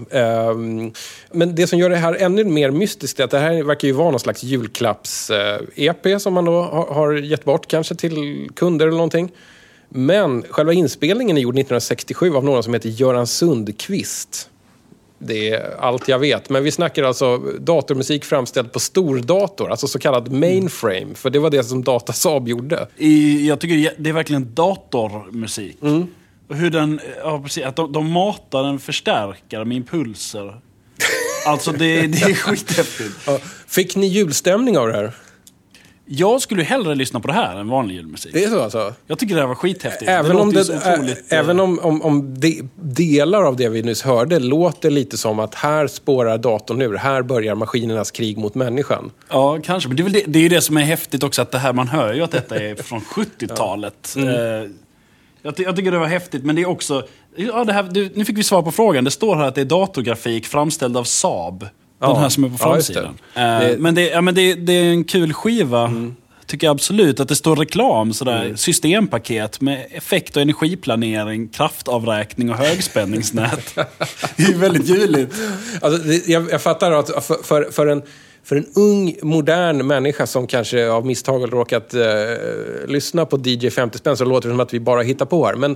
Men det som gör det här ännu mer mystiskt är att det här verkar ju vara någon slags julklapps-EP som man då har gett bort kanske till kunder eller någonting. Men själva inspelningen är gjord 1967 av någon som heter Göran Sundqvist. Det är allt jag vet. Men vi snackar alltså datormusik framställd på stordator, alltså så kallad mainframe. För det var det som Datasaab gjorde. Jag tycker det är verkligen datormusik. Och hur den, ja precis, att de matar en förstärkare med impulser. Alltså det är skithäftigt. Ja. Fick ni julstämning av det här? Jag skulle hellre lyssna på det här än vanlig julmusik. Det är så alltså? Jag tycker det här var skithäftigt. Även om delar av det vi nyss hörde låter lite som att här spårar datorn ur. Här börjar maskinernas krig mot människan. Ja, kanske. Men det är ju det som är häftigt också. Att det här, man hör ju att detta är från 70-talet. Jag tycker det var häftigt. Men det är också... Ja, det här, nu fick vi svar på frågan. Det står här att det är datorgrafik framställd av Saab. Den här som är på framsidan. Men det är en kul skiva. Tycker jag absolut. Att det står reklam, sådär, systempaket med effekt- och energiplanering, kraftavräkning och högspänningsnät. Det är väldigt juligt. Alltså, jag fattar att för en ung, modern människa som kanske av misstag har råkat lyssna på DJ 50 spänn, så låter det som att vi bara hittar på här. Men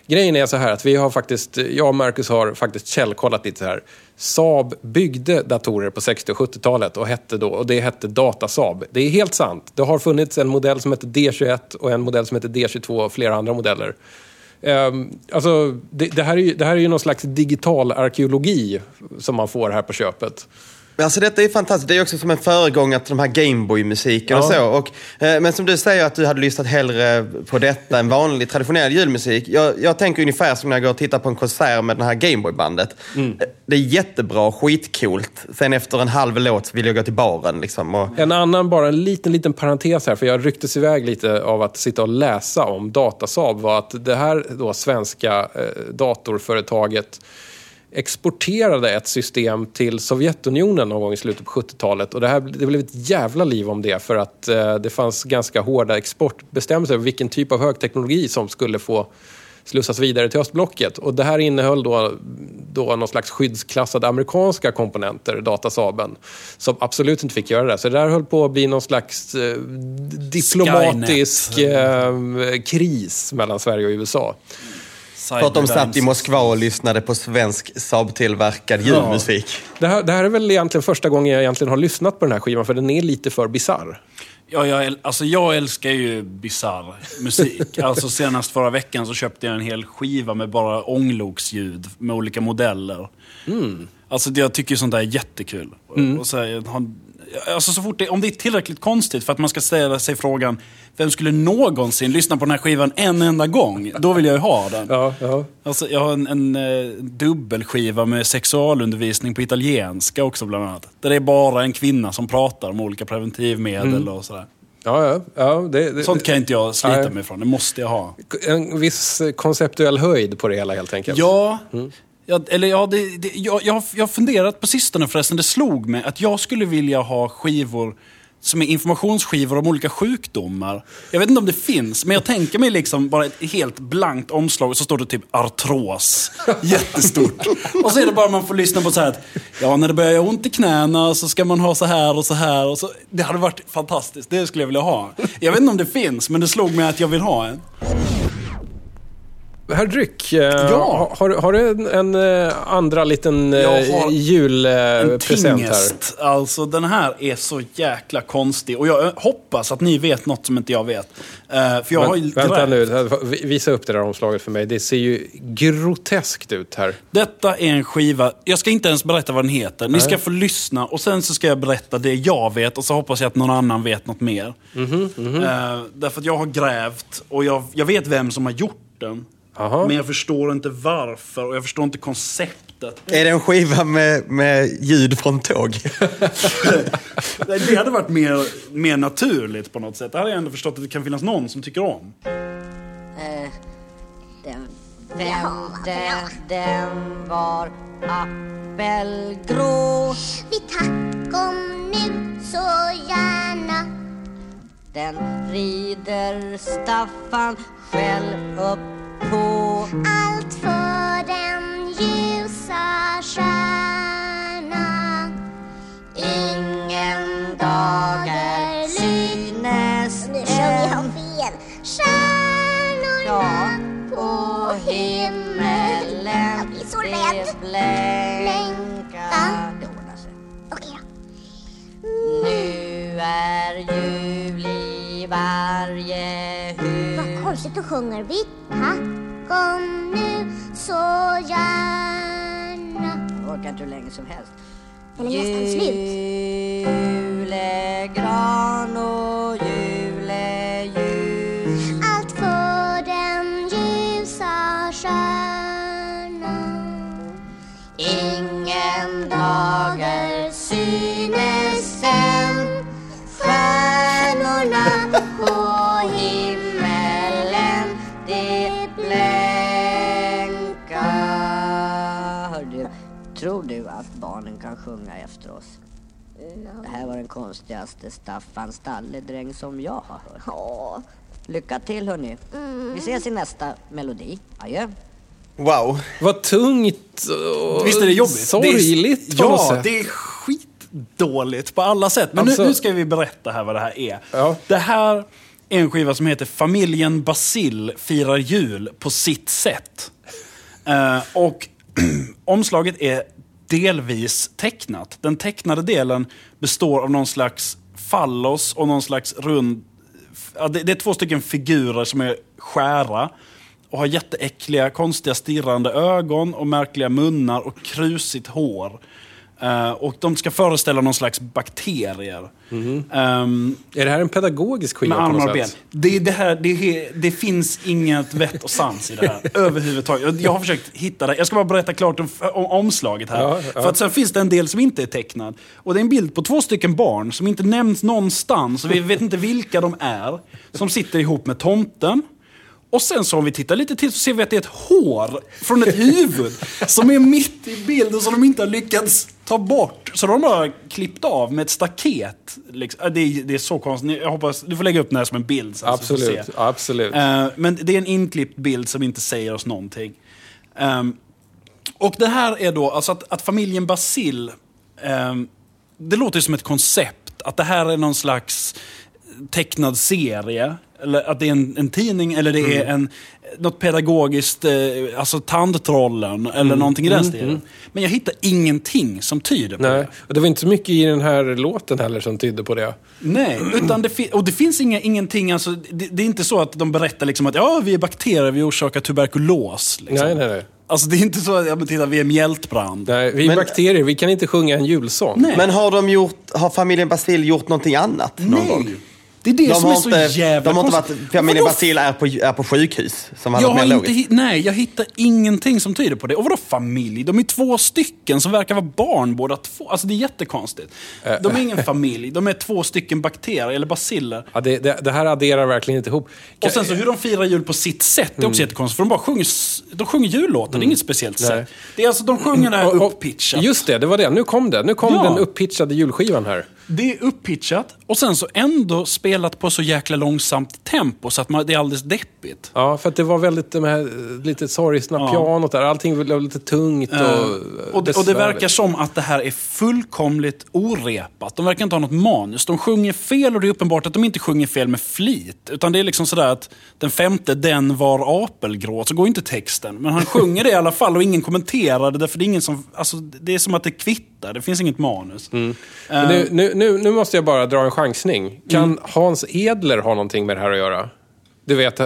Grejen är så här att jag och Marcus har faktiskt källkollat lite så här. Saab byggde datorer på 60- och 70-talet och det hette Datasaab. Det är helt sant. Det har funnits en modell som heter D21 och en modell som heter D22 och flera andra modeller. Alltså, det här är ju någon slags digital arkeologi som man får här på köpet. Alltså detta är fantastiskt. Det är också som en föregångare till de här Gameboy-musiken och så. Men som du säger att du hade lyssnat hellre på detta än vanlig traditionell julmusik. Jag tänker ungefär som när jag går och tittar på en konsert med det här Gameboy-bandet. Det är jättebra, skitcoolt. Sen efter en halv låt vill jag gå till baren. Liksom, En annan, bara en liten parentes här, för jag rycktes iväg lite av att sitta och läsa om Datasaab, var att det här då svenska datorföretaget exporterade ett system till Sovjetunionen någon gång i slutet på 70-talet. Och det blev ett jävla liv om det, för att det fanns ganska hårda exportbestämmelser för vilken typ av högteknologi som skulle få slussas vidare till östblocket. Och det här innehöll då någon slags skyddsklassade amerikanska komponenter, Datasaaben, som absolut inte fick göra det. Så det där höll på att bli någon slags diplomatisk kris mellan Sverige och USA. För att de satt i Moskva och lyssnade på svensk Saab-tillverkad julmusik. Det här är väl egentligen första gången jag egentligen har lyssnat på den här skivan, för den är lite för bizarr. Ja, jag älskar ju bizarr musik. Alltså senast förra veckan så köpte jag en hel skiva med bara ångloksljud med olika modeller. Alltså jag tycker sånt där är jättekul. Och så, alltså så fort om det är tillräckligt konstigt för att man ska ställa sig frågan, vem skulle någonsin lyssna på den här skivan en enda gång? Då vill jag ju ha den. Ja. Alltså, jag har en dubbelskiva med sexualundervisning på italienska också bland annat. Där det är bara en kvinna som pratar om olika preventivmedel och sådär. Ja. Sånt kan inte jag slita mig från. Det måste jag ha. En viss konceptuell höjd på det hela helt enkelt. Ja. Jag har funderat på sistone förresten. Det slog mig att jag skulle vilja ha skivor som är informationsskivor om olika sjukdomar. Jag vet inte om det finns, men jag tänker mig liksom bara ett helt blankt omslag och så står det typ artros. Jättestort. Och så är det bara man får lyssna på så här att när det börjar göra ont i knäna så ska man ha så här och så här. Och så. Det hade varit fantastiskt. Det skulle jag vilja ha. Jag vet inte om det finns, men det slog mig att jag vill ha en. Herr Dryck, har du en andra liten julpresent här? Alltså den här är så jäkla konstig. Och jag hoppas att ni vet något som inte jag vet. För jag har ju vänta nu, visa upp det där omslaget för mig. Det ser ju groteskt ut här. Detta är en skiva. Jag ska inte ens berätta vad den heter. Ni ska få lyssna och sen så ska jag berätta det jag vet. Och så hoppas jag att någon annan vet något mer. Därför att jag har grävt och jag vet vem som har gjort den. Aha. Men jag förstår inte varför och jag förstår inte konceptet. Är det en skiva med ljud från tåg? Det hade varit mer naturligt på något sätt. Det hade jag ändå förstått att det kan finnas någon som tycker om. Den var apelgrå. Vi tack om nu så gärna. Den rider Staffan själv upp på. Allt för den ljusa stjärna. Ingen dag är synes Nu sjunger jag fel. Stjärnorna på himmelen. Jag blir så rädd. Blänka. Det ordnar sig. Okej då. Nu är jul i varje hus. Vad konstigt, då sjunger vi tack om nu så gärna. Jag orkar inte hur länge som helst. Den är nästan slut. Julegran och juleljus. Allt för den ljusa stjärna. Ingen dager synes än. Stjärnorna på himmelen det blänka. Hör du, tror du att barnen kan sjunga efter oss? Det här var den konstigaste Staffan Stalledräng som jag har hört. Ja. Lycka till hörni. Vi ses i nästa melodi. Adjö. Wow. Vad tungt och visst är det jobbigt? sorgligt på något sätt. Det är skitdåligt på alla sätt. Men alltså, nu ska vi berätta här vad det här är. Ja. Det här en skiva som heter Familjen Basil firar jul på sitt sätt. Och omslaget är delvis tecknat. Den tecknade delen består av någon slags fallos och någon slags rund... Ja, det är 2 stycken figurer som är skära och har jätteäckliga, konstiga stirrande ögon och märkliga munnar och krusigt hår. Och de ska föreställa någon slags bakterier. Är det här en pedagogisk skiva med på något armar och ben? Det finns inget vett och sans i det här överhuvudtaget. Jag har försökt hitta det. Jag ska bara berätta klart om omslaget här. Ja. För att sen finns det en del som inte är tecknad. Och det är en bild på 2 stycken barn som inte nämns någonstans. Och vi vet inte vilka de är. Som sitter ihop med tomten. Och sen så om vi tittar lite till så ser vi att det är ett hår från ett huvud som är mitt i bilden som de inte har lyckats ta bort. Så de har klippt av med ett staket. Liksom. Det är så konstigt. Jag hoppas, du får lägga upp den här som en bild. Sen, absolut, absolut. Men det är en inklippt bild som inte säger oss någonting. Och det här är då, alltså att familjen Basil, det låter som ett koncept. Att det här är någon slags tecknad serie. Eller att det är en tidning, eller det är något pedagogiskt, alltså Tandtrollen eller någonting i den stilen. Men jag hittar ingenting som tyder på det. Och det var inte så mycket i den här låten heller som tydde på det. Nej, utan det finns ingenting, alltså, det är inte så att de berättar liksom att vi är bakterier, vi orsakar tuberkulos. Liksom. Nej. Alltså det är inte så att titta, vi är mjältbrand. Nej, vi är bakterier, vi kan inte sjunga en julsång. Nej. Men har familjen Basil gjort någonting annat någon gång? Det är det som är så jävla de har inte varit, familjen Basil är på sjukhus som hade mer logiskt. Jag hittar ingenting som tyder på det. Och vadå familj? De är 2 stycken som verkar vara barn båda 2. Alltså det är jättekonstigt. De är ingen familj. De är 2 stycken bakterier eller baciller. Ja, det här adderar verkligen inte ihop. Och sen så hur de firar jul på sitt sätt, det är också jättekonstigt. För de sjunger jullåtar, det är inget speciellt sätt. Det är alltså, de sjunger det här upppitchat. Just det var det. Nu kom den upppitchade julskivan här. Det är upppitchat och sen så ändå spelat på så jäkla långsamt tempo så att det är alldeles deppigt. Ja, för att det var väldigt de här lite sorgsna pianot där. Allting var lite tungt och det verkar som att det här är fullkomligt orepat. De verkar inte ha något manus. De sjunger fel och det är uppenbart att de inte sjunger fel med flit. Utan det är liksom sådär att den 5:e, den var apelgrå. Så går inte texten. Men han sjunger det i alla fall och ingen kommenterar det. För det är ingen som, alltså, det är som att det kvittar. Det finns inget manus. Nu måste jag bara dra en chansning. Kan Hans Edler ha någonting med det här att göra? Du vet,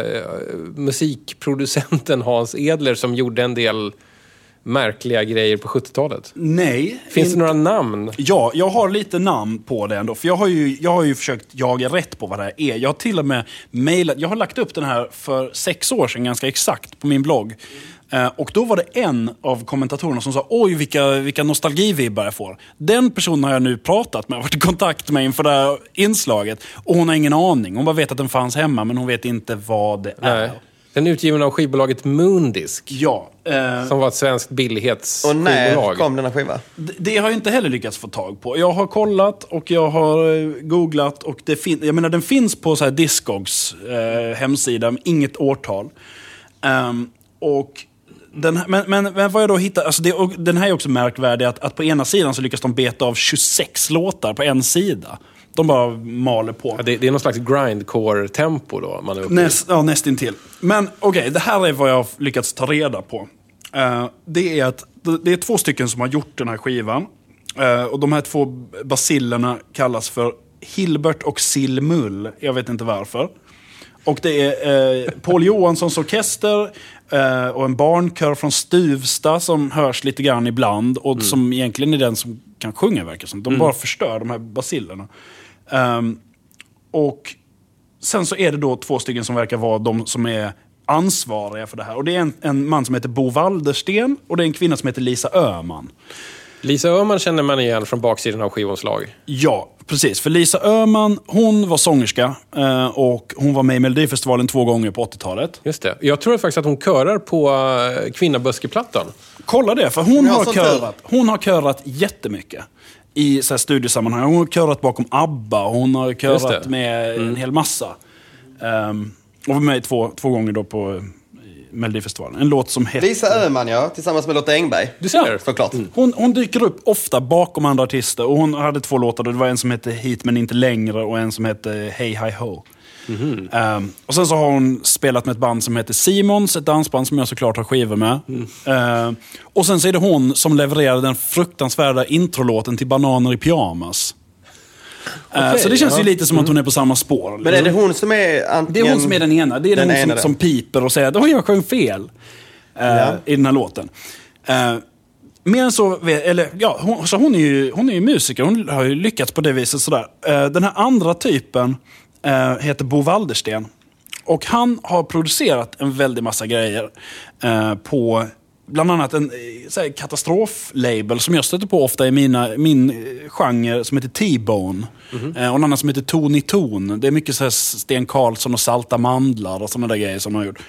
musikproducenten Hans Edler som gjorde en del märkliga grejer på 70-talet. Nej. Finns det några namn? Ja, jag har lite namn på det ändå. För jag har ju försökt jaga rätt på vad det här är. Jag har till och med mejlat. Jag har lagt upp den här för 6 år sedan ganska exakt på min blogg. Och då var det en av kommentatorerna som sa oj vilka nostalgivibbar jag får. Den personen har jag nu pratat med, varit i kontakt med inför det här inslaget. Och hon har ingen aning. Hon bara vet att den fanns hemma men hon vet inte vad det är. Nej. Den är utgiven av skivbolaget Moondisk. Ja. Som var ett svenskt billighetsskivbolag. Och när kom den här skivan? Det har jag inte heller lyckats få tag på. Jag har kollat och jag har googlat. Och den finns på så här Discogs hemsida. Inget årtal. Och men vad jag då hittar, alltså den här är också märkvärdig att på ena sidan så lyckas de beta av 26 låtar på en sida. De bara maler på. Ja, det är någon slags grindcore-tempo då man är uppe nästintill. Men okej, det här är vad jag har lyckats ta reda på. Det är att det är 2 stycken som har gjort den här skivan. Och de här 2 basillerna kallas för Hilbert och Sillmull. Jag vet inte varför. Och det är Paul Johanssons orkester och en barnkör från Stuvsta som hörs lite grann ibland och som egentligen är den som kan sjunga, verkar som. De bara förstör de här basillerna. Och sen så är det då 2 stycken som verkar vara de som är ansvariga för det här. Och det är en man som heter Bo Waldersten och det är en kvinna som heter Lisa Öhman. Lisa Öhman känner man igen från baksidan av skivomslag. Ja, precis. För Lisa Öhman, hon var sångerska och hon var med i Melodifestivalen 2 gånger på 80-talet. Just det. Jag tror faktiskt att hon körar på Kvinnaböskeplattan. Kolla det, för hon har körat jättemycket i så här studiesammanhang. Hon har körat bakom ABBA, hon har körat med en hel massa. Och var med 2 gånger då på Melodifestivalen. En låt som heter... Lisa Öhman, tillsammans med Lotta Engberg. Du ser, såklart. Hon dyker upp ofta bakom andra artister och hon hade 2 låtar. Det var en som hette Hit men inte längre och en som hette Hey Hi Ho. Och sen så har hon spelat med ett band som heter Simons, ett dansband som jag såklart har skivor med. Och sen så är det hon som levererade den fruktansvärda introlåten till Bananer i pyjamas. Så det känns ju lite som att hon är på samma spår. Men är det hon som är antingen... Det är hon som är den ena. Det är den som piper och säger att jag sjöng fel i den här låten. Mer än så, hon är ju musiker. Hon har ju lyckats på det viset sådär. Den här andra typen heter Bo Waldersten. Och han har producerat en väldig massa grejer på bland annat en katastroflabel som jag stöter på ofta i min genre som heter T-Bone. Och en annan som heter Tony Ton. Det är mycket så här Sten Karlsson och Salta mandlar och sådana där grejer som han har gjort.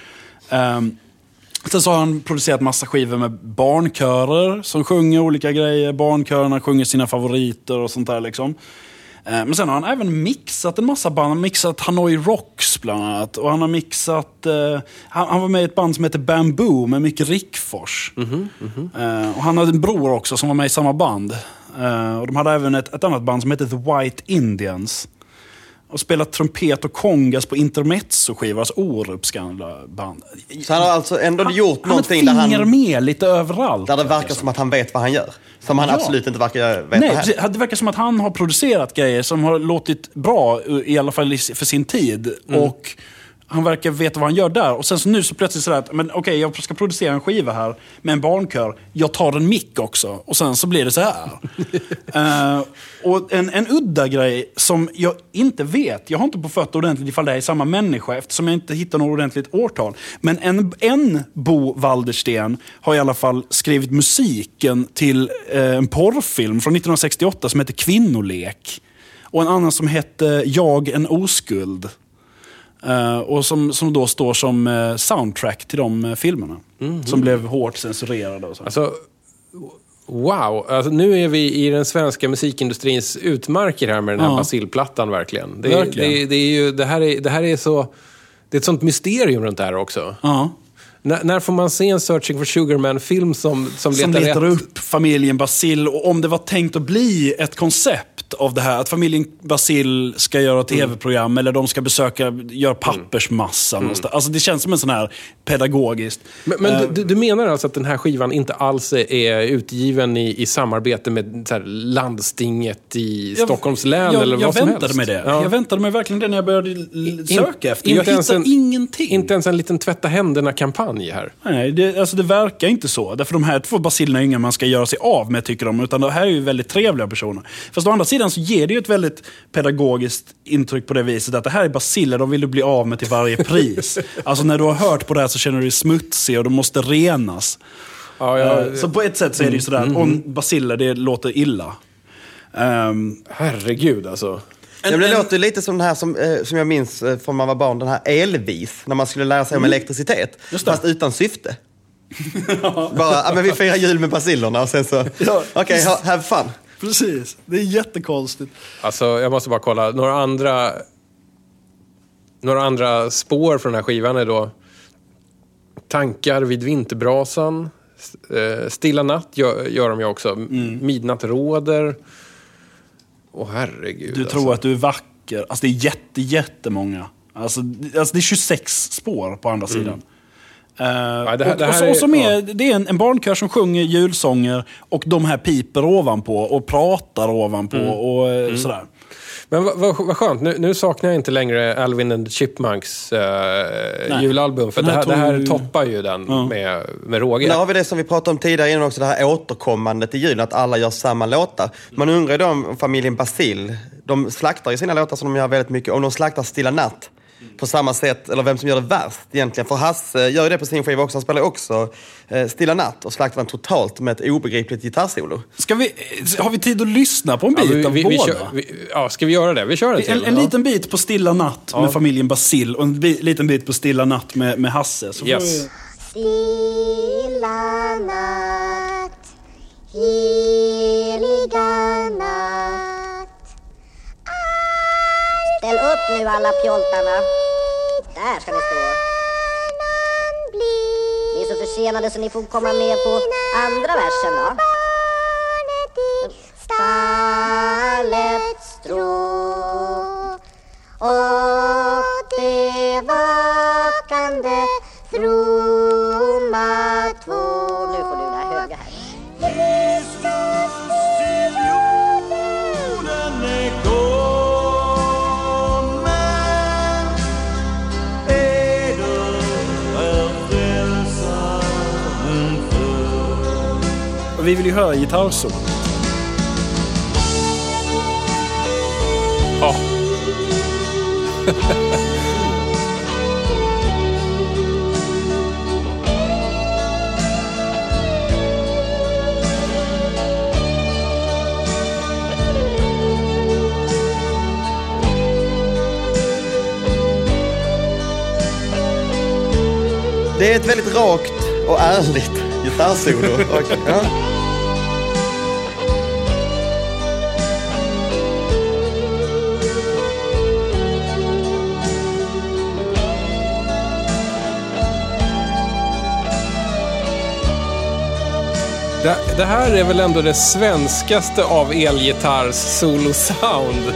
Sen så har han producerat massa skivor med barnkörer som sjunger olika grejer. Barnkörerna sjunger sina favoriter och sånt där liksom. Men sen har han även mixat en massa band. Han har mixat Hanoi Rocks bland annat. Och han har mixat... han var med i ett band som heter Bamboo med Micke Rickfors. Och han hade en bror också som var med i samma band. Och de hade även ett annat band som heter The White Indians. Och spelat trumpet och kongas på Intermezzo-skivor, alltså Orups gamla band. Så han har alltså ändå gjort någonting där han... med lite överallt. Där det verkar som att han vet vad han gör. Som han absolut inte verkar veta. Nej, det verkar som att han har producerat grejer som har låtit bra, i alla fall för sin tid. Och han verkar veta vad han gör där. Och sen så nu så plötsligt sådär att, men okej, jag ska producera en skiva här med en barnkör. Jag tar en mick också. Och sen så blir det så här. Och en udda grej som jag inte vet. Jag har inte på fötter ordentligt ifall det är samma människa eftersom jag inte hittar något ordentligt årtal. Men en Bo Waldersten har i alla fall skrivit musiken till en porrfilm från 1968 som heter Kvinnolek. Och en annan som hette Jag en oskuld. Och som då står som soundtrack till de filmerna. Som blev hårt censurerade och så. Alltså, wow. Alltså, nu är vi i den svenska musikindustrins utmarker här med den här Basilplattan verkligen. Det här är så... Det är ett sånt mysterium runt det här också. När får man se en Searching for Sugar Man-film som letar upp familjen Basil, och om det var tänkt att bli ett koncept av det här, att familjen Basil ska göra tv-program eller de ska göra pappersmassan. Alltså det känns som en sån här pedagogiskt. Men du menar alltså att den här skivan inte alls är utgiven i samarbete med så här, landstinget i Stockholms län eller vad som helst? Jag väntade med det. Jag väntade mig verkligen det när jag började söka efter. Jag hittade ingenting. Inte ens en liten tvätta händerna-kampanj här. Nej, det verkar inte så. Därför de här två basilerna är ingen man ska göra sig av med, tycker de. Utan det här är ju väldigt trevliga personer. Fast å andra sidan så ger det ju ett väldigt pedagogiskt intryck på det viset att det här är basiler, de vill du bli av med till varje pris. Alltså när du har hört på det här så känner du dig smutsig och de måste renas. Så på ett sätt så är det ju sådär, om basiler, det låter illa. Herregud alltså. Det låter lite som den här som jag minns från man var barn, den här elvis, när man skulle lära sig om elektricitet, fast utan syfte. Bara, men vi firar jul med basillerna och sen så, okej, have fun. Precis, det är jättekonstigt. Alltså, jag måste bara kolla, några andra spår från den här skivan är då Tankar vid vinterbrasan, Stilla natt gör de ju också, Midnatt råder. Herregud. Du tror att du är vacker. Alltså det är jättemånga. Alltså det är 26 spår på andra sidan. Det är en barnkör som sjunger julsånger och de här piper ovanpå och pratar ovanpå och sådär. Men vad skönt, nu saknar jag inte längre Alvin and the Chipmunks julalbum, för det här toppar ju den med råge. Där har vi det som vi pratade om tidigare innan också, det här återkommandet i julen, att alla gör samma låtar. Man undrar ju då om familjen Basil, de slaktar ju sina låtar som de gör väldigt mycket, om de slaktar Stilla natt på samma sätt, eller vem som gör det värst egentligen. För Hasse gör ju det på sin skiva också. Han spelar också Stilla natt och slaktar den totalt med ett obegripligt gitarrsolo. Har vi tid att lyssna på en bit av båda? Ska vi göra det? Vi kör en liten bit på Stilla natt med familjen Basil och en liten bit på Stilla natt med Hasse. Så Stilla natt, heliga natt. Ställ upp nu alla pjoltarna. Där ska ni stå. Ni är så försenade så ni får komma med på andra versen då. Stallets strå och Och vi vill ju höra gitarrsolo. Ja. Det är ett väldigt rakt och ärligt gitarrsolo. Ja. Det här är väl ändå det svenskaste av elgitarrs solo-sound.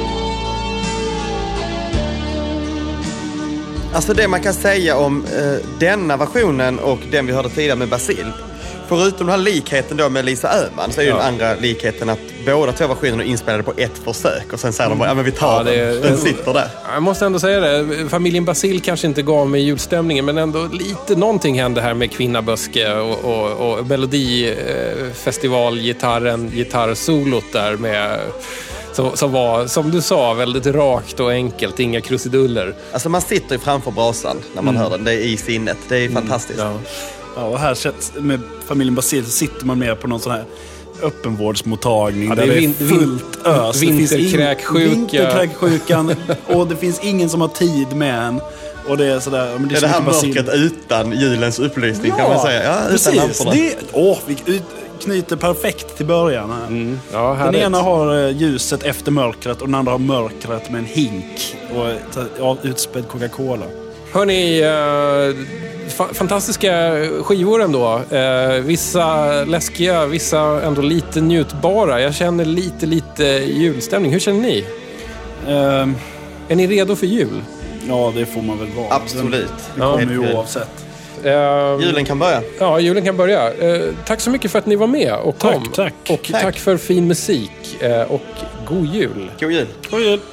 Alltså det man kan säga om denna versionen och den vi hörde tidigare med Basil. Förutom den här likheten då med Lisa Öhman så är ju den andra likheten att båda två versionerna är inspelade på ett försök. Och sen säger de bara, ja men vi tar den sitter där. Jag måste ändå säga det, familjen Basil kanske inte gav mig julstämningen, men ändå lite någonting hände här med Kvinnaböske och Melodifestivalgitarren, gitarrsolot där med... Som var, som du sa, väldigt rakt och enkelt, inga krusiduller. Alltså man sitter ju framför brasan när man hör den, det är i sinnet, det är fantastiskt. Ja, och här med familjen Basil så sitter man mer på någon sån här öppenvårdsmottagning där det är fullt ös. Vinterkräksjukan och det finns ingen som har tid med en. Och det är sådär, men det här mörkret utan julens upplysning kan man säga. Ja, precis. Vi knyter perfekt till början här. Ja, den ena har ljuset efter mörkret och den andra har mörkret med en hink och utspädd Coca-Cola. Hörrni, fantastiska skivor ändå. Vissa läskiga, vissa ändå lite njutbara. Jag känner lite julstämning. Hur känner ni? Är ni redo för jul? Ja, det får man väl vara. Absolut. Det kommer ju oavsett. Julen kan börja. Ja, julen kan börja. Tack så mycket för att ni var med och kom. Tack. Och tack för fin musik. Och god jul. God jul. God jul.